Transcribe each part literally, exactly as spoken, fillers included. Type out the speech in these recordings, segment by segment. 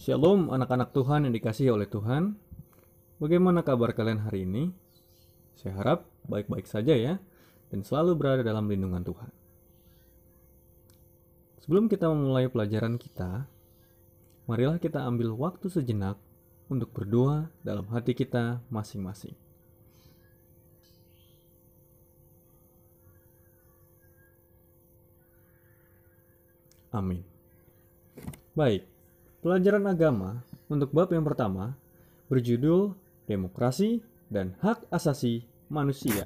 Shalom anak-anak Tuhan yang dikasihi oleh Tuhan. Bagaimana kabar kalian hari ini? Saya harap baik-baik saja ya, dan selalu berada dalam lindungan Tuhan. Sebelum kita memulai pelajaran kita, marilah kita ambil waktu sejenak untuk berdoa dalam hati kita masing-masing. Amin. Baik, pelajaran agama untuk bab yang pertama berjudul Demokrasi dan Hak Asasi Manusia.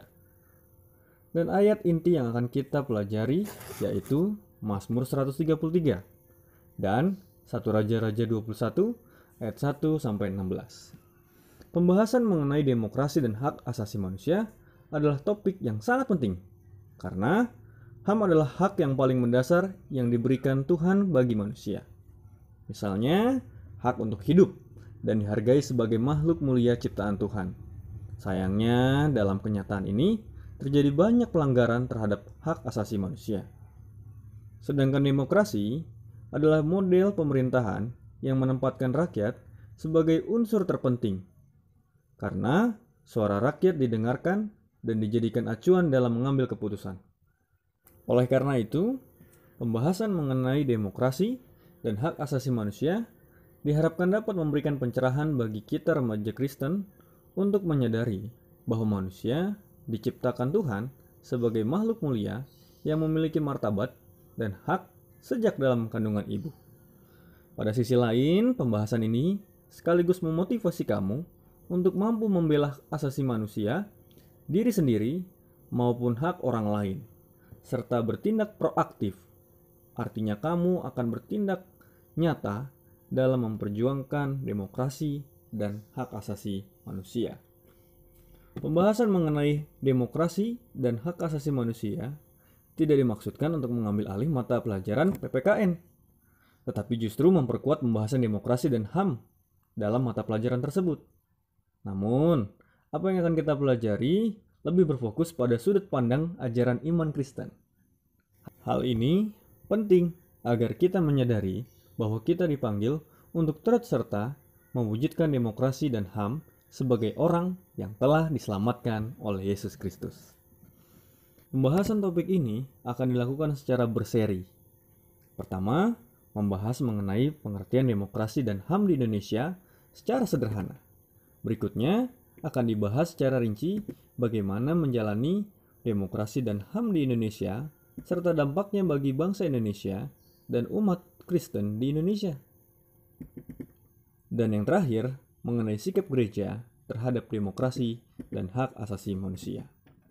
Dan ayat inti yang akan kita pelajari yaitu Mazmur seratus tiga puluh tiga dan satu Raja-Raja dua puluh satu ayat satu sampai enam belas. Pembahasan mengenai demokrasi dan hak asasi manusia adalah topik yang sangat penting karena H A M adalah hak yang paling mendasar yang diberikan Tuhan bagi manusia. Misalnya, hak untuk hidup dan dihargai sebagai makhluk mulia ciptaan Tuhan. Sayangnya, dalam kenyataan ini terjadi banyak pelanggaran terhadap hak asasi manusia. Sedangkan demokrasi adalah model pemerintahan yang menempatkan rakyat sebagai unsur terpenting. Karena suara rakyat didengarkan dan dijadikan acuan dalam mengambil keputusan. Oleh karena itu, pembahasan mengenai demokrasi dan hak asasi manusia diharapkan dapat memberikan pencerahan bagi kita remaja Kristen untuk menyadari bahwa manusia diciptakan Tuhan sebagai makhluk mulia yang memiliki martabat dan hak sejak dalam kandungan ibu. Pada sisi lain, pembahasan ini sekaligus memotivasi kamu untuk mampu membela asasi manusia, diri sendiri, maupun hak orang lain, serta bertindak proaktif. Artinya kamu akan bertindak nyata dalam memperjuangkan demokrasi dan hak asasi manusia. Pembahasan mengenai demokrasi dan hak asasi manusia tidak dimaksudkan untuk mengambil alih mata pelajaran P P K N, tetapi justru memperkuat pembahasan demokrasi dan H A M dalam mata pelajaran tersebut. Namun, apa yang akan kita pelajari lebih berfokus pada sudut pandang ajaran iman Kristen. Hal ini penting agar kita menyadari bahwa kita dipanggil untuk turut serta mewujudkan demokrasi dan H A M sebagai orang yang telah diselamatkan oleh Yesus Kristus. Pembahasan topik ini akan dilakukan secara berseri. Pertama, membahas mengenai pengertian demokrasi dan H A M di Indonesia secara sederhana. Berikutnya, akan dibahas secara rinci bagaimana menjalani demokrasi dan H A M di Indonesia serta dampaknya bagi bangsa Indonesia dan umat Kristen di Indonesia. Dan yang terakhir, mengenai sikap gereja terhadap demokrasi dan hak asasi manusia.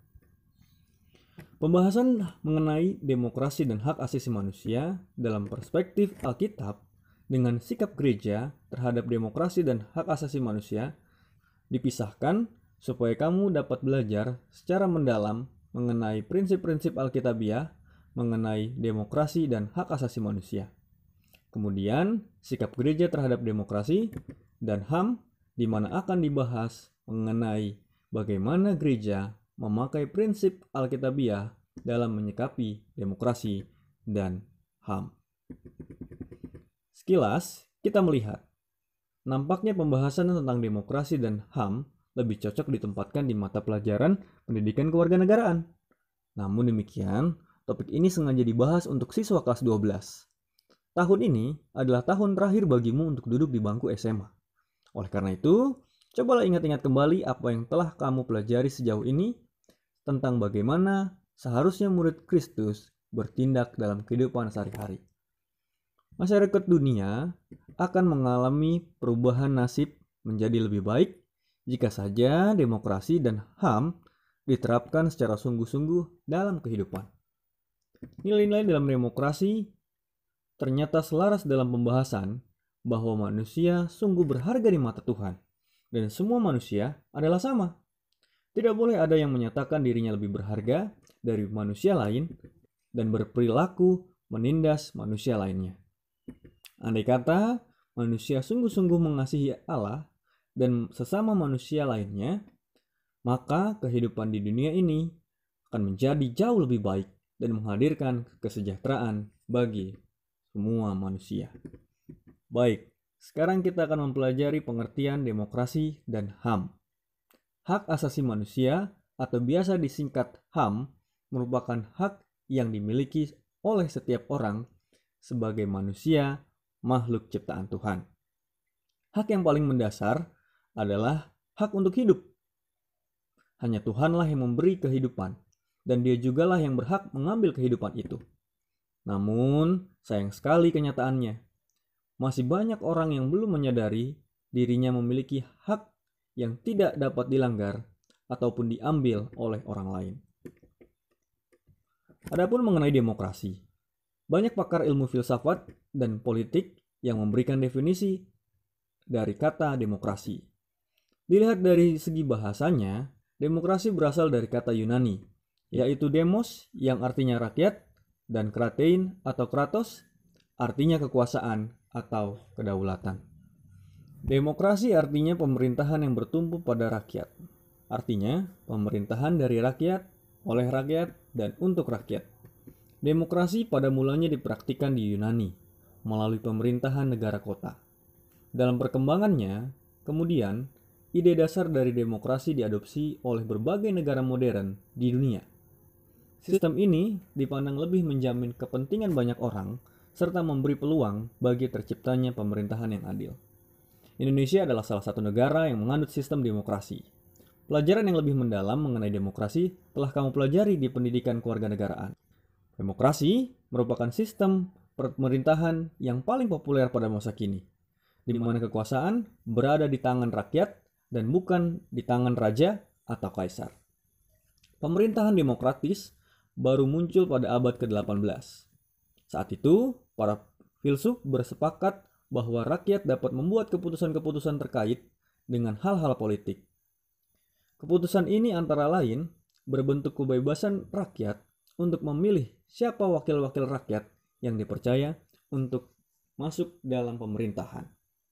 Pembahasan mengenai demokrasi dan hak asasi manusia dalam perspektif Alkitab dengan sikap gereja terhadap demokrasi dan hak asasi manusia dipisahkan supaya kamu dapat belajar secara mendalam mengenai prinsip-prinsip Alkitabiah mengenai demokrasi dan hak asasi manusia. Kemudian, sikap gereja terhadap demokrasi dan H A M di mana akan dibahas mengenai bagaimana gereja memakai prinsip Alkitabiah dalam menyikapi demokrasi dan H A M. Sekilas, kita melihat nampaknya pembahasan tentang demokrasi dan H A M lebih cocok ditempatkan di mata pelajaran pendidikan kewarganegaraan. Namun demikian, topik ini sengaja dibahas untuk siswa kelas dua belas. Tahun ini adalah tahun terakhir bagimu untuk duduk di bangku S M A. Oleh karena itu, cobalah ingat-ingat kembali apa yang telah kamu pelajari sejauh ini tentang bagaimana seharusnya murid Kristus bertindak dalam kehidupan sehari-hari. Masyarakat dunia akan mengalami perubahan nasib menjadi lebih baik jika saja demokrasi dan H A M diterapkan secara sungguh-sungguh dalam kehidupan. Nilai-nilai dalam demokrasi ternyata selaras dalam pembahasan bahwa manusia sungguh berharga di mata Tuhan dan semua manusia adalah sama. Tidak boleh ada yang menyatakan dirinya lebih berharga dari manusia lain dan berperilaku menindas manusia lainnya. Andai kata manusia sungguh-sungguh mengasihi Allah dan sesama manusia lainnya, maka kehidupan di dunia ini akan menjadi jauh lebih baik dan menghadirkan kesejahteraan bagi semua manusia. Baik, Sekarang kita akan mempelajari pengertian demokrasi dan H A M. Hak asasi manusia atau biasa disingkat H A M merupakan hak yang dimiliki oleh setiap orang sebagai manusia, makhluk ciptaan Tuhan. Hak yang paling mendasar adalah hak untuk hidup. Hanya Tuhanlah yang memberi kehidupan, dan Dia jugalah yang berhak mengambil kehidupan itu. Namun, sayang sekali kenyataannya, masih banyak orang yang belum menyadari dirinya memiliki hak yang tidak dapat dilanggar ataupun diambil oleh orang lain. Adapun mengenai demokrasi, banyak pakar ilmu filsafat dan politik yang memberikan definisi dari kata demokrasi. Dilihat dari segi bahasanya, demokrasi berasal dari kata Yunani, yaitu demos yang artinya rakyat dan kratein atau kratos artinya kekuasaan atau kedaulatan. Demokrasi artinya pemerintahan yang bertumpu pada rakyat. Artinya, pemerintahan dari rakyat, oleh rakyat, dan untuk rakyat. Demokrasi pada mulanya dipraktikkan di Yunani melalui pemerintahan negara kota. Dalam perkembangannya, kemudian ide dasar dari demokrasi diadopsi oleh berbagai negara modern di dunia. Sistem ini dipandang lebih menjamin kepentingan banyak orang serta memberi peluang bagi terciptanya pemerintahan yang adil. Indonesia adalah salah satu negara yang menganut sistem demokrasi. Pelajaran yang lebih mendalam mengenai demokrasi telah kamu pelajari di pendidikan kewarganegaraan. Demokrasi merupakan sistem pemerintahan yang paling populer pada masa kini, di mana kekuasaan berada di tangan rakyat dan bukan di tangan raja atau kaisar. Pemerintahan demokratis baru muncul pada abad ke delapan belas. Saat itu, para filsuf bersepakat bahwa rakyat dapat membuat keputusan-keputusan terkait dengan hal-hal politik. Keputusan ini antara lain berbentuk kebebasan rakyat untuk memilih siapa wakil-wakil rakyat yang dipercaya untuk masuk dalam pemerintahan.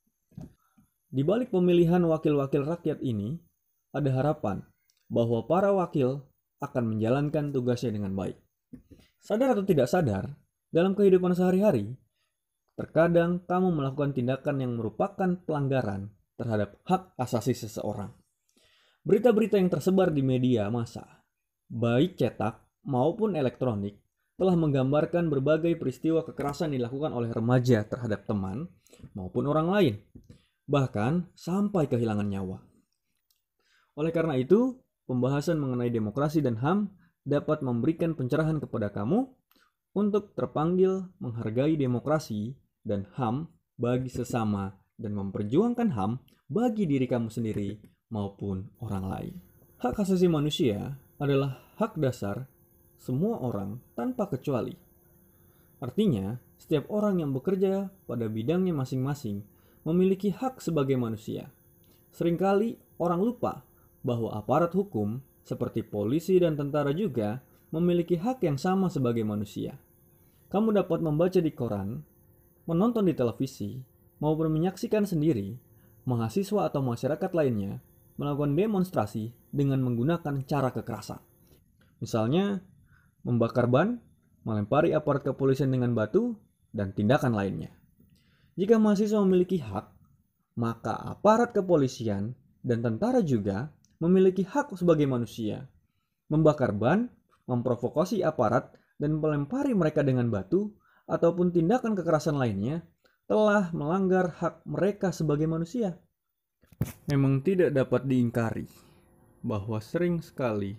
Di balik pemilihan wakil-wakil rakyat ini, ada harapan bahwa para wakil akan menjalankan tugasnya dengan baik. Sadar atau tidak sadar, dalam kehidupan sehari-hari, terkadang kamu melakukan tindakan yang merupakan pelanggaran terhadap hak asasi seseorang. Berita-berita yang tersebar di media massa, baik cetak maupun elektronik, telah menggambarkan berbagai peristiwa kekerasan dilakukan oleh remaja terhadap teman maupun orang lain, bahkan sampai kehilangan nyawa. Oleh karena itu, pembahasan mengenai demokrasi dan H A M dapat memberikan pencerahan kepada kamu untuk terpanggil menghargai demokrasi dan H A M bagi sesama dan memperjuangkan H A M bagi diri kamu sendiri maupun orang lain. Hak asasi manusia adalah hak dasar semua orang tanpa kecuali. Artinya, setiap orang yang bekerja pada bidangnya masing-masing memiliki hak sebagai manusia. Seringkali orang lupa bahwa aparat hukum seperti polisi dan tentara juga memiliki hak yang sama sebagai manusia. Kamu dapat membaca di koran, menonton di televisi, maupun menyaksikan sendiri mahasiswa atau masyarakat lainnya melakukan demonstrasi dengan menggunakan cara kekerasan. Misalnya, membakar ban, melempari aparat kepolisian dengan batu, dan tindakan lainnya. Jika mahasiswa memiliki hak, maka aparat kepolisian dan tentara juga memiliki hak sebagai manusia. Membakar ban, memprovokasi aparat, dan melempari mereka dengan batu, ataupun tindakan kekerasan lainnya, telah melanggar hak mereka sebagai manusia. Memang tidak dapat diingkari bahwa sering sekali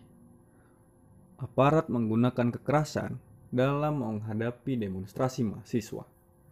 aparat menggunakan kekerasan dalam menghadapi demonstrasi mahasiswa.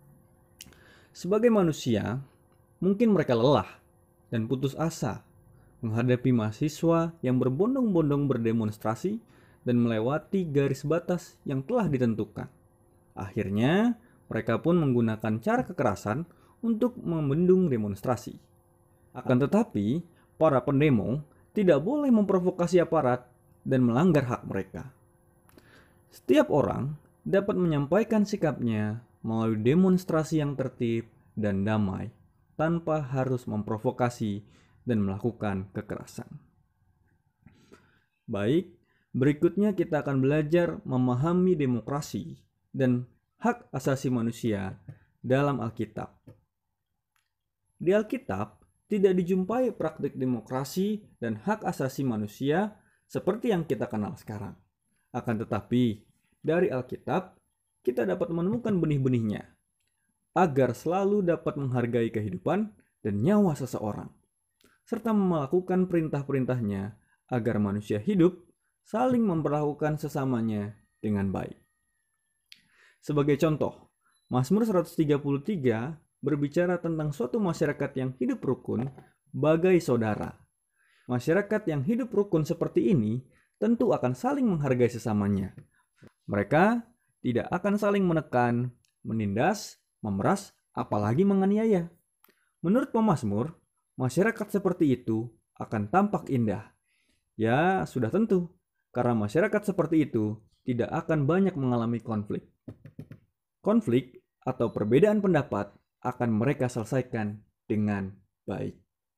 Sebagai manusia, mungkin mereka lelah dan putus asa menghadapi mahasiswa yang berbondong-bondong berdemonstrasi dan melewati garis batas yang telah ditentukan. Akhirnya, mereka pun menggunakan cara kekerasan untuk membendung demonstrasi. Akan tetapi, para pendemo tidak boleh memprovokasi aparat dan melanggar hak mereka. Setiap orang dapat menyampaikan sikapnya melalui demonstrasi yang tertib dan damai tanpa harus memprovokasi dan melakukan kekerasan. Baik, berikutnya kita akan belajar memahami demokrasi dan hak asasi manusia dalam Alkitab. Di Alkitab tidak dijumpai praktik demokrasi dan hak asasi manusia seperti yang kita kenal sekarang. Akan tetapi, dari Alkitab kita dapat menemukan benih-benihnya agar selalu dapat menghargai kehidupan dan nyawa seseorang, serta melakukan perintah-perintahnya agar manusia hidup saling memperlakukan sesamanya dengan baik. Sebagai contoh, Mazmur seratus tiga puluh tiga berbicara tentang suatu masyarakat yang hidup rukun bagai saudara. Masyarakat yang hidup rukun seperti ini tentu akan saling menghargai sesamanya. Mereka tidak akan saling menekan, menindas, memeras, apalagi menganiaya. Menurut pemazmur, masyarakat seperti itu akan tampak indah. Ya, sudah tentu, karena masyarakat seperti itu tidak akan banyak mengalami konflik. Konflik atau perbedaan pendapat akan mereka selesaikan dengan baik.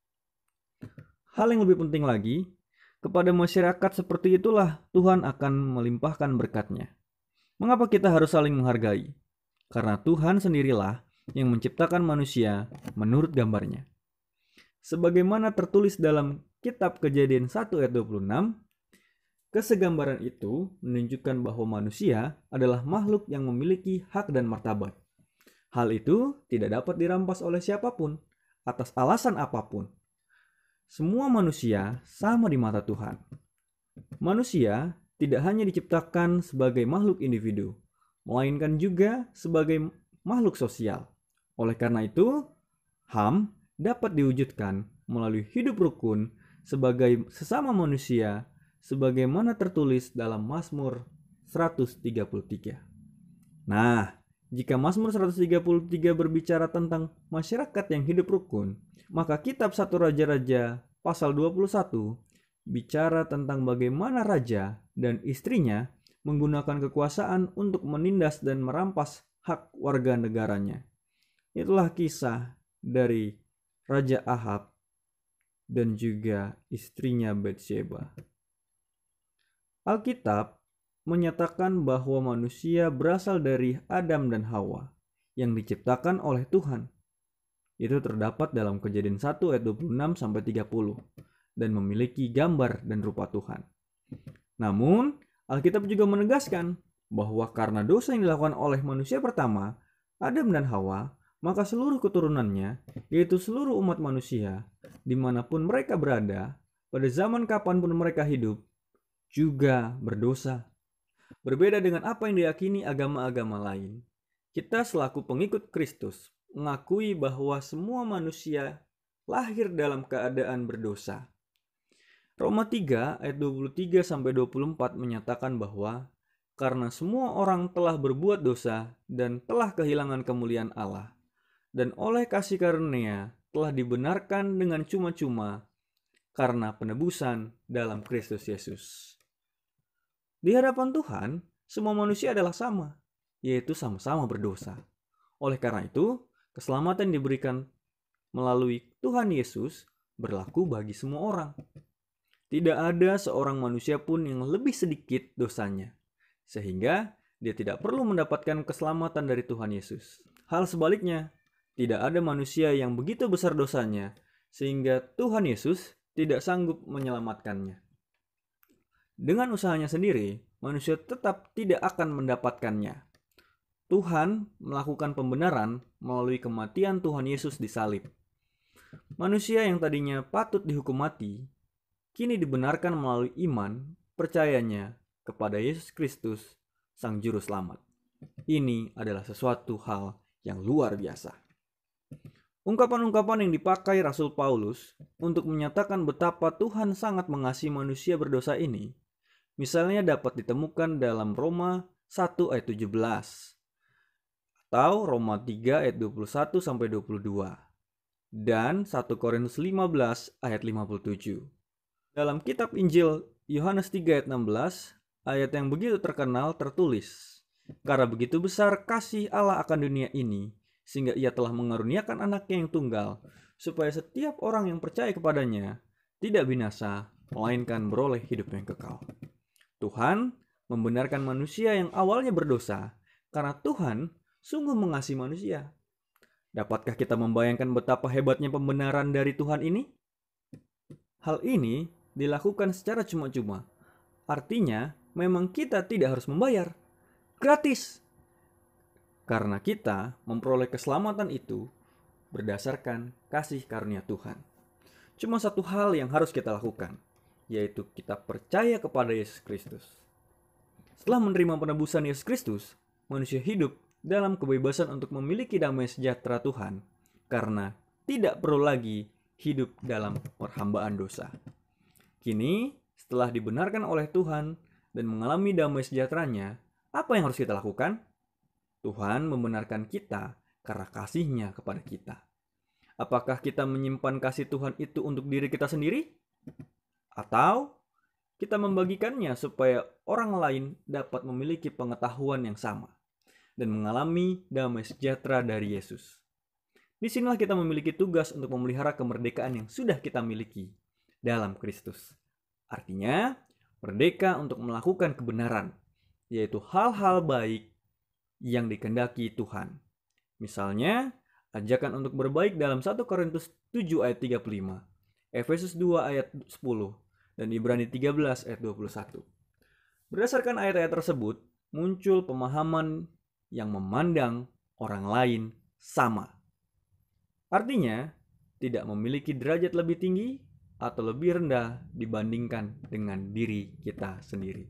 Hal yang lebih penting lagi, kepada masyarakat seperti itulah Tuhan akan melimpahkan berkat-Nya. Mengapa kita harus saling menghargai? Karena Tuhan sendirilah yang menciptakan manusia menurut gambar-Nya. Sebagaimana tertulis dalam kitab Kejadian satu ayat dua puluh enam, kesegambaran itu menunjukkan bahwa manusia adalah makhluk yang memiliki hak dan martabat. Hal itu tidak dapat dirampas oleh siapapun atas alasan apapun. Semua manusia sama di mata Tuhan. Manusia tidak hanya diciptakan sebagai makhluk individu, melainkan juga sebagai makhluk sosial. Oleh karena itu, H A M dapat diwujudkan melalui hidup rukun sebagai sesama manusia, sebagaimana tertulis dalam Mazmur seratus tiga puluh tiga. Nah, jika Mazmur seratus tiga puluh tiga berbicara tentang masyarakat yang hidup rukun, maka kitab satu Raja-Raja pasal dua puluh satu bicara tentang bagaimana raja dan istrinya menggunakan kekuasaan untuk menindas dan merampas hak warga negaranya. Itulah kisah dari Raja Ahab dan juga istrinya Batsheba. Alkitab menyatakan bahwa manusia berasal dari Adam dan Hawa yang diciptakan oleh Tuhan. Itu terdapat dalam Kejadian satu ayat dua puluh enam sampai tiga puluh dan memiliki gambar dan rupa Tuhan. Namun, Alkitab juga menegaskan bahwa karena dosa yang dilakukan oleh manusia pertama, Adam dan Hawa, maka seluruh keturunannya, yaitu seluruh umat manusia, dimanapun mereka berada, pada zaman kapanpun mereka hidup, juga berdosa. Berbeda dengan apa yang diyakini agama-agama lain, kita selaku pengikut Kristus mengakui bahwa semua manusia lahir dalam keadaan berdosa. Roma tiga ayat dua puluh tiga sampai dua puluh empat menyatakan bahwa karena semua orang telah berbuat dosa dan telah kehilangan kemuliaan Allah, dan oleh kasih karunia telah dibenarkan dengan cuma-cuma karena penebusan dalam Kristus Yesus. Di hadapan Tuhan, semua manusia adalah sama, yaitu sama-sama berdosa. Oleh karena itu, keselamatan diberikan melalui Tuhan Yesus berlaku bagi semua orang. Tidak ada seorang manusia pun yang lebih sedikit dosanya, sehingga dia tidak perlu mendapatkan keselamatan dari Tuhan Yesus. Hal sebaliknya, tidak ada manusia yang begitu besar dosanya, sehingga Tuhan Yesus tidak sanggup menyelamatkannya. Dengan usahanya sendiri, manusia tetap tidak akan mendapatkannya. Tuhan melakukan pembenaran melalui kematian Tuhan Yesus di salib. Manusia yang tadinya patut dihukum mati, kini dibenarkan melalui iman percayanya kepada Yesus Kristus, Sang Juru Selamat. Ini adalah sesuatu hal yang luar biasa. Ungkapan-ungkapan yang dipakai Rasul Paulus untuk menyatakan betapa Tuhan sangat mengasihi manusia berdosa ini, misalnya dapat ditemukan dalam Roma satu ayat tujuh belas atau Roma tiga ayat dua puluh satu sampai dua puluh dua dan satu Korintus lima belas ayat lima puluh tujuh. Dalam kitab Injil Yohanes tiga ayat enam belas, ayat yang begitu terkenal tertulis, "Karena begitu besar kasih Allah akan dunia ini, sehingga ia telah mengaruniakan anaknya yang tunggal, supaya setiap orang yang percaya kepadanya tidak binasa, melainkan beroleh hidup yang kekal." Tuhan membenarkan manusia yang awalnya berdosa, karena Tuhan sungguh mengasihi manusia. Dapatkah kita membayangkan betapa hebatnya pembenaran dari Tuhan ini? Hal ini dilakukan secara cuma-cuma. Artinya, memang kita tidak harus membayar. Gratis. Karena kita memperoleh keselamatan itu berdasarkan kasih karunia Tuhan. Cuma satu hal yang harus kita lakukan, yaitu kita percaya kepada Yesus Kristus. Setelah menerima penebusan Yesus Kristus, manusia hidup dalam kebebasan untuk memiliki damai sejahtera Tuhan karena tidak perlu lagi hidup dalam perhambaan dosa. Kini, setelah dibenarkan oleh Tuhan dan mengalami damai sejahteranya, apa yang harus kita lakukan? Tuhan membenarkan kita karena kasih-Nya kepada kita. Apakah kita menyimpan kasih Tuhan itu untuk diri kita sendiri? Atau kita membagikannya supaya orang lain dapat memiliki pengetahuan yang sama dan mengalami damai sejahtera dari Yesus. Disinilah kita memiliki tugas untuk memelihara kemerdekaan yang sudah kita miliki dalam Kristus. Artinya, merdeka untuk melakukan kebenaran, yaitu hal-hal baik yang dikehendaki Tuhan. Misalnya, ajakan untuk berbaik dalam satu Korintus tujuh ayat tiga puluh lima, Efesus dua ayat sepuluh, dan Ibrani tiga belas ayat dua puluh satu. Berdasarkan ayat-ayat tersebut, muncul pemahaman yang memandang orang lain sama. Artinya, tidak memiliki derajat lebih tinggi atau lebih rendah dibandingkan dengan diri kita sendiri.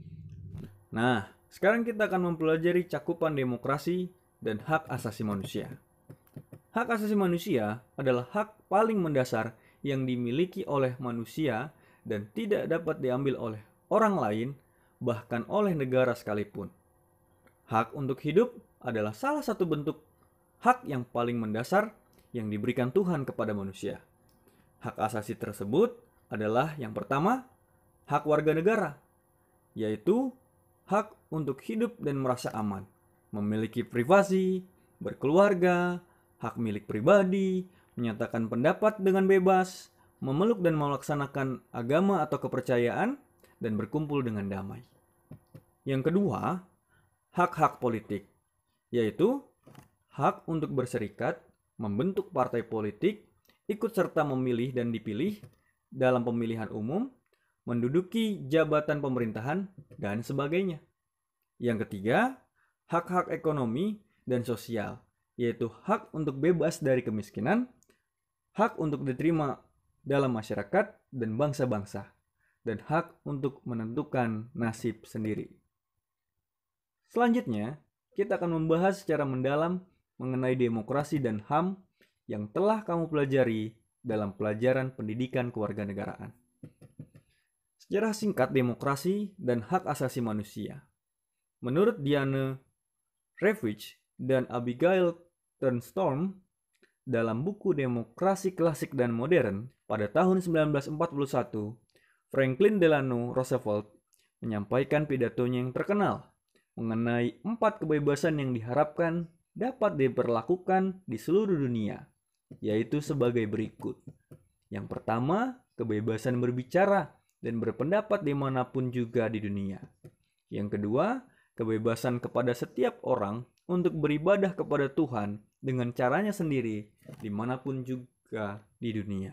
Nah, sekarang kita akan mempelajari cakupan demokrasi dan hak asasi manusia. Hak asasi manusia adalah hak paling mendasar yang dimiliki oleh manusia dan tidak dapat diambil oleh orang lain, bahkan oleh negara sekalipun. Hak untuk hidup adalah salah satu bentuk hak yang paling mendasar yang diberikan Tuhan kepada manusia. Hak asasi tersebut adalah yang pertama, hak warga negara, yaitu hak untuk hidup dan merasa aman, memiliki privasi, berkeluarga, hak milik pribadi, menyatakan pendapat dengan bebas, memeluk dan melaksanakan agama atau kepercayaan, dan berkumpul dengan damai. Yang kedua, hak-hak politik, yaitu hak untuk berserikat, membentuk partai politik, ikut serta memilih dan dipilih dalam pemilihan umum, menduduki jabatan pemerintahan, dan sebagainya. Yang ketiga, hak-hak ekonomi dan sosial, yaitu hak untuk bebas dari kemiskinan, hak untuk diterima dalam masyarakat dan bangsa-bangsa, dan hak untuk menentukan nasib sendiri. Selanjutnya, kita akan membahas secara mendalam mengenai demokrasi dan H A M yang telah kamu pelajari dalam pelajaran pendidikan kewarganegaraan. Sejarah singkat demokrasi dan hak asasi manusia. Menurut Diane Ravitch dan Abigail Turnstorm, dalam buku Demokrasi Klasik dan Modern pada tahun sembilan belas empat puluh satu, Franklin Delano Roosevelt menyampaikan pidatonya yang terkenal mengenai empat kebebasan yang diharapkan dapat diberlakukan di seluruh dunia, yaitu sebagai berikut. Yang pertama, kebebasan berbicara dan berpendapat dimanapun juga di dunia. Yang kedua, kebebasan kepada setiap orang untuk beribadah kepada Tuhan dengan caranya sendiri dimanapun juga di dunia.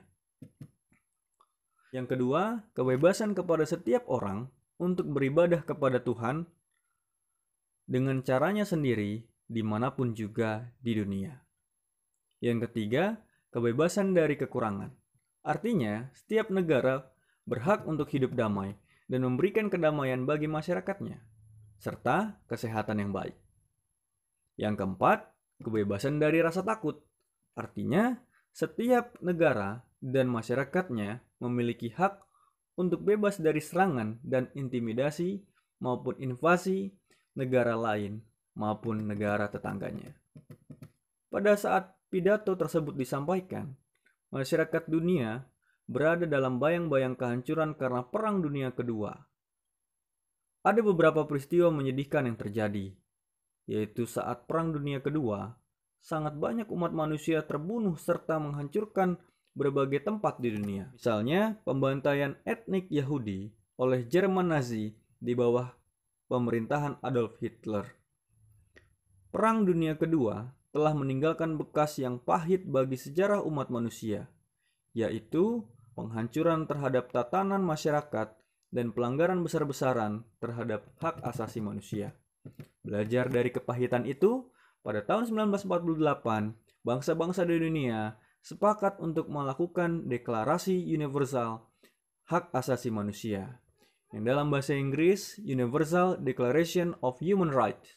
Yang kedua, kebebasan kepada setiap orang untuk beribadah kepada Tuhan dengan caranya sendiri dimanapun juga di dunia. Yang ketiga, kebebasan dari kekurangan. Artinya, setiap negara berhak untuk hidup damai dan memberikan kedamaian bagi masyarakatnya, serta kesehatan yang baik. Yang keempat, kebebasan dari rasa takut. Artinya, setiap negara dan masyarakatnya memiliki hak untuk bebas dari serangan dan intimidasi maupun invasi negara lain maupun negara tetangganya. Pada saat pidato tersebut disampaikan, masyarakat dunia berada dalam bayang-bayang kehancuran karena Perang Dunia Kedua. Ada beberapa peristiwa menyedihkan yang terjadi, yaitu saat Perang Dunia Kedua, sangat banyak umat manusia terbunuh serta menghancurkan berbagai tempat di dunia. Misalnya, pembantaian etnik Yahudi oleh Jerman Nazi di bawah pemerintahan Adolf Hitler. Perang Dunia Kedua telah meninggalkan bekas yang pahit bagi sejarah umat manusia, yaitu penghancuran terhadap tatanan masyarakat dan pelanggaran besar-besaran terhadap hak asasi manusia. Belajar dari kepahitan itu, pada tahun sembilan belas empat puluh delapan, bangsa-bangsa di dunia sepakat untuk melakukan Deklarasi Universal Hak Asasi Manusia, yang dalam bahasa Inggris Universal Declaration of Human Rights.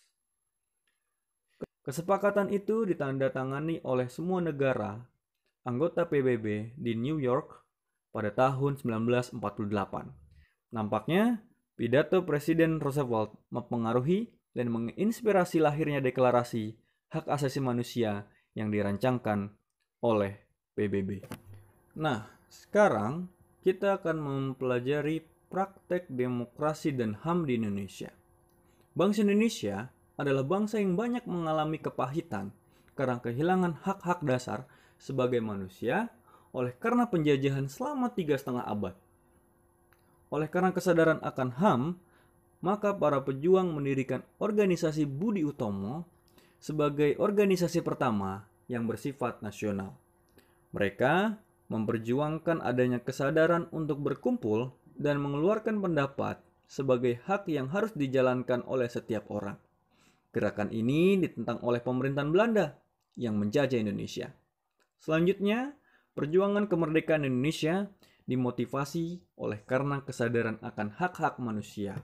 Kesepakatan itu ditandatangani oleh semua negara anggota P B B di New York pada tahun sembilan belas empat puluh delapan. Nampaknya, pidato Presiden Roosevelt mempengaruhi dan menginspirasi lahirnya Deklarasi Hak Asasi Manusia yang dirancangkan oleh P B B. Nah, sekarang kita akan mempelajari praktek demokrasi dan H A M di Indonesia. Bangsa Indonesia adalah bangsa yang banyak mengalami kepahitan karena kehilangan hak-hak dasar sebagai manusia oleh karena penjajahan selama tiga setengah abad. Oleh karena kesadaran akan H A M, maka para pejuang mendirikan organisasi Budi Utomo sebagai organisasi pertama yang bersifat nasional. Mereka memperjuangkan adanya kesadaran untuk berkumpul dan mengeluarkan pendapat sebagai hak yang harus dijalankan oleh setiap orang. Gerakan ini ditentang oleh pemerintahan Belanda yang menjajah Indonesia. Selanjutnya, perjuangan kemerdekaan Indonesia dimotivasi oleh karena kesadaran akan hak-hak manusia.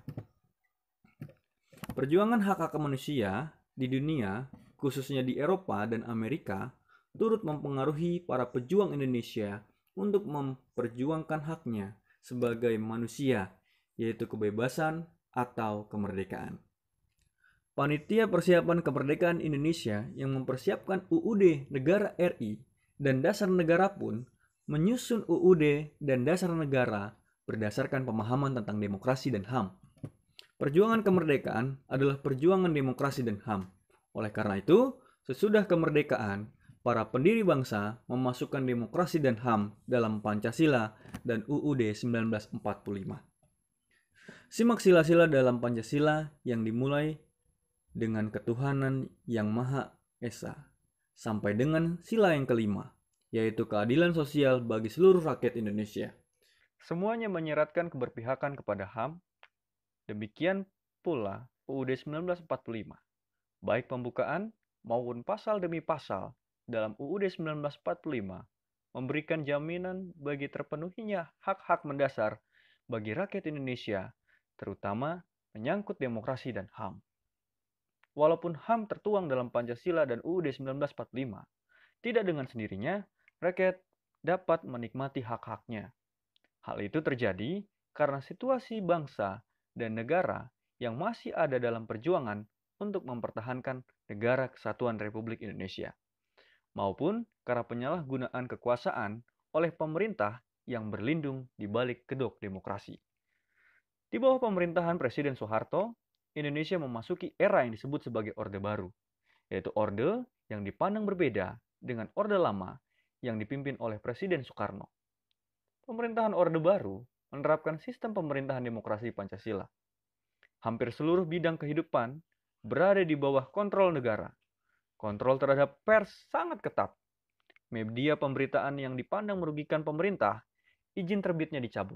Perjuangan hak-hak manusia di dunia, khususnya di Eropa dan Amerika, turut mempengaruhi para pejuang Indonesia untuk memperjuangkan haknya sebagai manusia, yaitu kebebasan atau kemerdekaan. Panitia Persiapan Kemerdekaan Indonesia yang mempersiapkan U U D Negara R I dan Dasar Negara pun menyusun U U D dan Dasar Negara berdasarkan pemahaman tentang demokrasi dan H A M. Perjuangan kemerdekaan adalah perjuangan demokrasi dan H A M. Oleh karena itu, sesudah kemerdekaan, para pendiri bangsa memasukkan demokrasi dan H A M dalam Pancasila dan U U D seribu sembilan ratus empat puluh lima. Simak sila-sila dalam Pancasila yang dimulai dengan ketuhanan yang Maha Esa, sampai dengan sila yang kelima, yaitu keadilan sosial bagi seluruh rakyat Indonesia. Semuanya menyeratkan keberpihakan kepada H A M. Demikian pula U U D seribu sembilan ratus empat puluh lima, baik pembukaan maupun pasal demi pasal dalam U U D seribu sembilan ratus empat puluh lima memberikan jaminan bagi terpenuhinya hak-hak mendasar bagi rakyat Indonesia, terutama menyangkut demokrasi dan H A M. Walaupun H A M tertuang dalam Pancasila dan U U D seribu sembilan ratus empat puluh lima, tidak dengan sendirinya rakyat dapat menikmati hak-haknya. Hal itu terjadi karena situasi bangsa dan negara yang masih ada dalam perjuangan untuk mempertahankan negara kesatuan Republik Indonesia, maupun karena penyalahgunaan kekuasaan oleh pemerintah yang berlindung di balik kedok demokrasi. Di bawah pemerintahan Presiden Soeharto, Indonesia memasuki era yang disebut sebagai Orde Baru, yaitu orde yang dipandang berbeda dengan Orde Lama yang dipimpin oleh Presiden Soekarno. Pemerintahan Orde Baru menerapkan sistem pemerintahan demokrasi Pancasila. Hampir seluruh bidang kehidupan berada di bawah kontrol negara. Kontrol terhadap pers sangat ketat. Media pemberitaan yang dipandang merugikan pemerintah, izin terbitnya dicabut.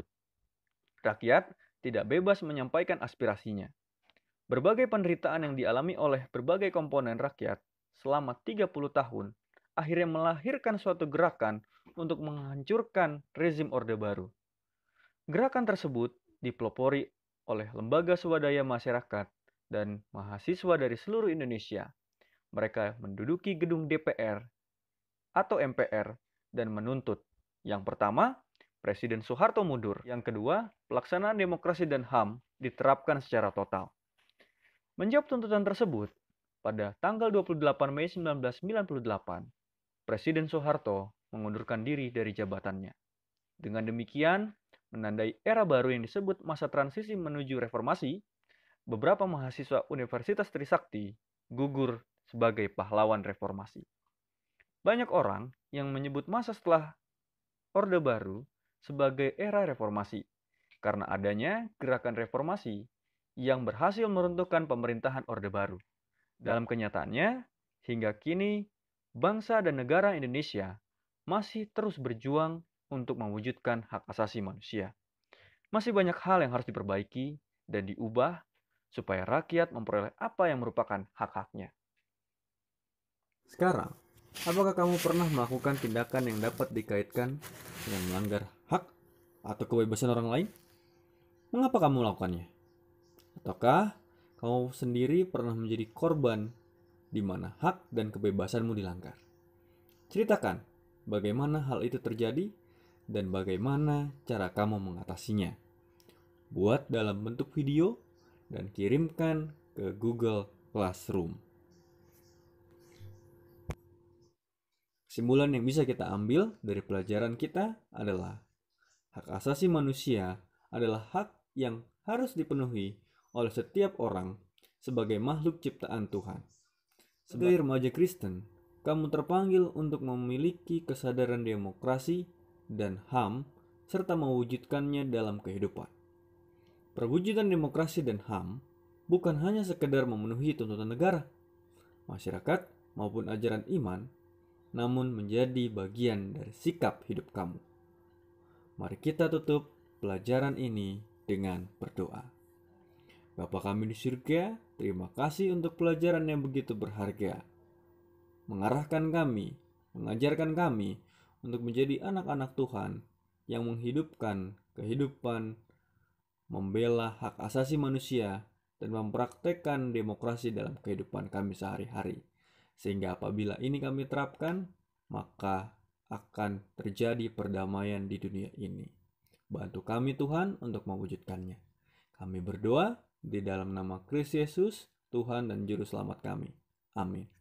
Rakyat tidak bebas menyampaikan aspirasinya. Berbagai penderitaan yang dialami oleh berbagai komponen rakyat selama tiga puluh tahun akhirnya melahirkan suatu gerakan untuk menghancurkan rezim Orde Baru. Gerakan tersebut dipelopori oleh lembaga swadaya masyarakat dan mahasiswa dari seluruh Indonesia. Mereka menduduki gedung D P R atau M P R dan menuntut. Yang pertama, Presiden Soeharto mundur. Yang kedua, pelaksanaan demokrasi dan H A M diterapkan secara total. Menjawab tuntutan tersebut, pada tanggal dua puluh delapan Mei seribu sembilan ratus sembilan puluh delapan, Presiden Soeharto mengundurkan diri dari jabatannya. Dengan demikian, menandai era baru yang disebut masa transisi menuju reformasi, beberapa mahasiswa Universitas Trisakti gugur sebagai pahlawan reformasi. Banyak orang yang menyebut masa setelah Orde Baru sebagai era reformasi, karena adanya gerakan reformasi yang berhasil meruntuhkan pemerintahan Orde Baru. Dalam kenyataannya, hingga kini bangsa dan negara Indonesia masih terus berjuang untuk mewujudkan hak asasi manusia. Masih banyak hal yang harus diperbaiki dan diubah supaya rakyat memperoleh apa yang merupakan hak-haknya. Sekarang, apakah kamu pernah melakukan tindakan yang dapat dikaitkan dengan melanggar hak atau kebebasan orang lain? Mengapa kamu melakukannya? Ataukah kamu sendiri pernah menjadi korban di mana hak dan kebebasanmu dilanggar? Ceritakan bagaimana hal itu terjadi dan bagaimana cara kamu mengatasinya. Buat dalam bentuk video dan kirimkan ke Google Classroom. Kesimpulan yang bisa kita ambil dari pelajaran kita adalah hak asasi manusia adalah hak yang harus dipenuhi oleh setiap orang sebagai makhluk ciptaan Tuhan. Sebagai remaja Kristen, kamu terpanggil untuk memiliki kesadaran demokrasi dan H A M serta mewujudkannya dalam kehidupan. Perwujudan demokrasi dan H A M bukan hanya sekedar memenuhi tuntutan negara, masyarakat maupun ajaran iman, namun menjadi bagian dari sikap hidup kamu. Mari kita tutup pelajaran ini dengan berdoa. Bapa kami di surga, terima kasih untuk pelajaran yang begitu berharga. Mengarahkan kami, mengajarkan kami untuk menjadi anak-anak Tuhan yang menghidupkan kehidupan, membela hak asasi manusia, dan mempraktekkan demokrasi dalam kehidupan kami sehari-hari. Sehingga apabila ini kami terapkan, maka akan terjadi perdamaian di dunia ini. Bantu kami Tuhan untuk mewujudkannya. Kami berdoa di dalam nama Kristus Yesus, Tuhan dan Juru Selamat kami. Amin.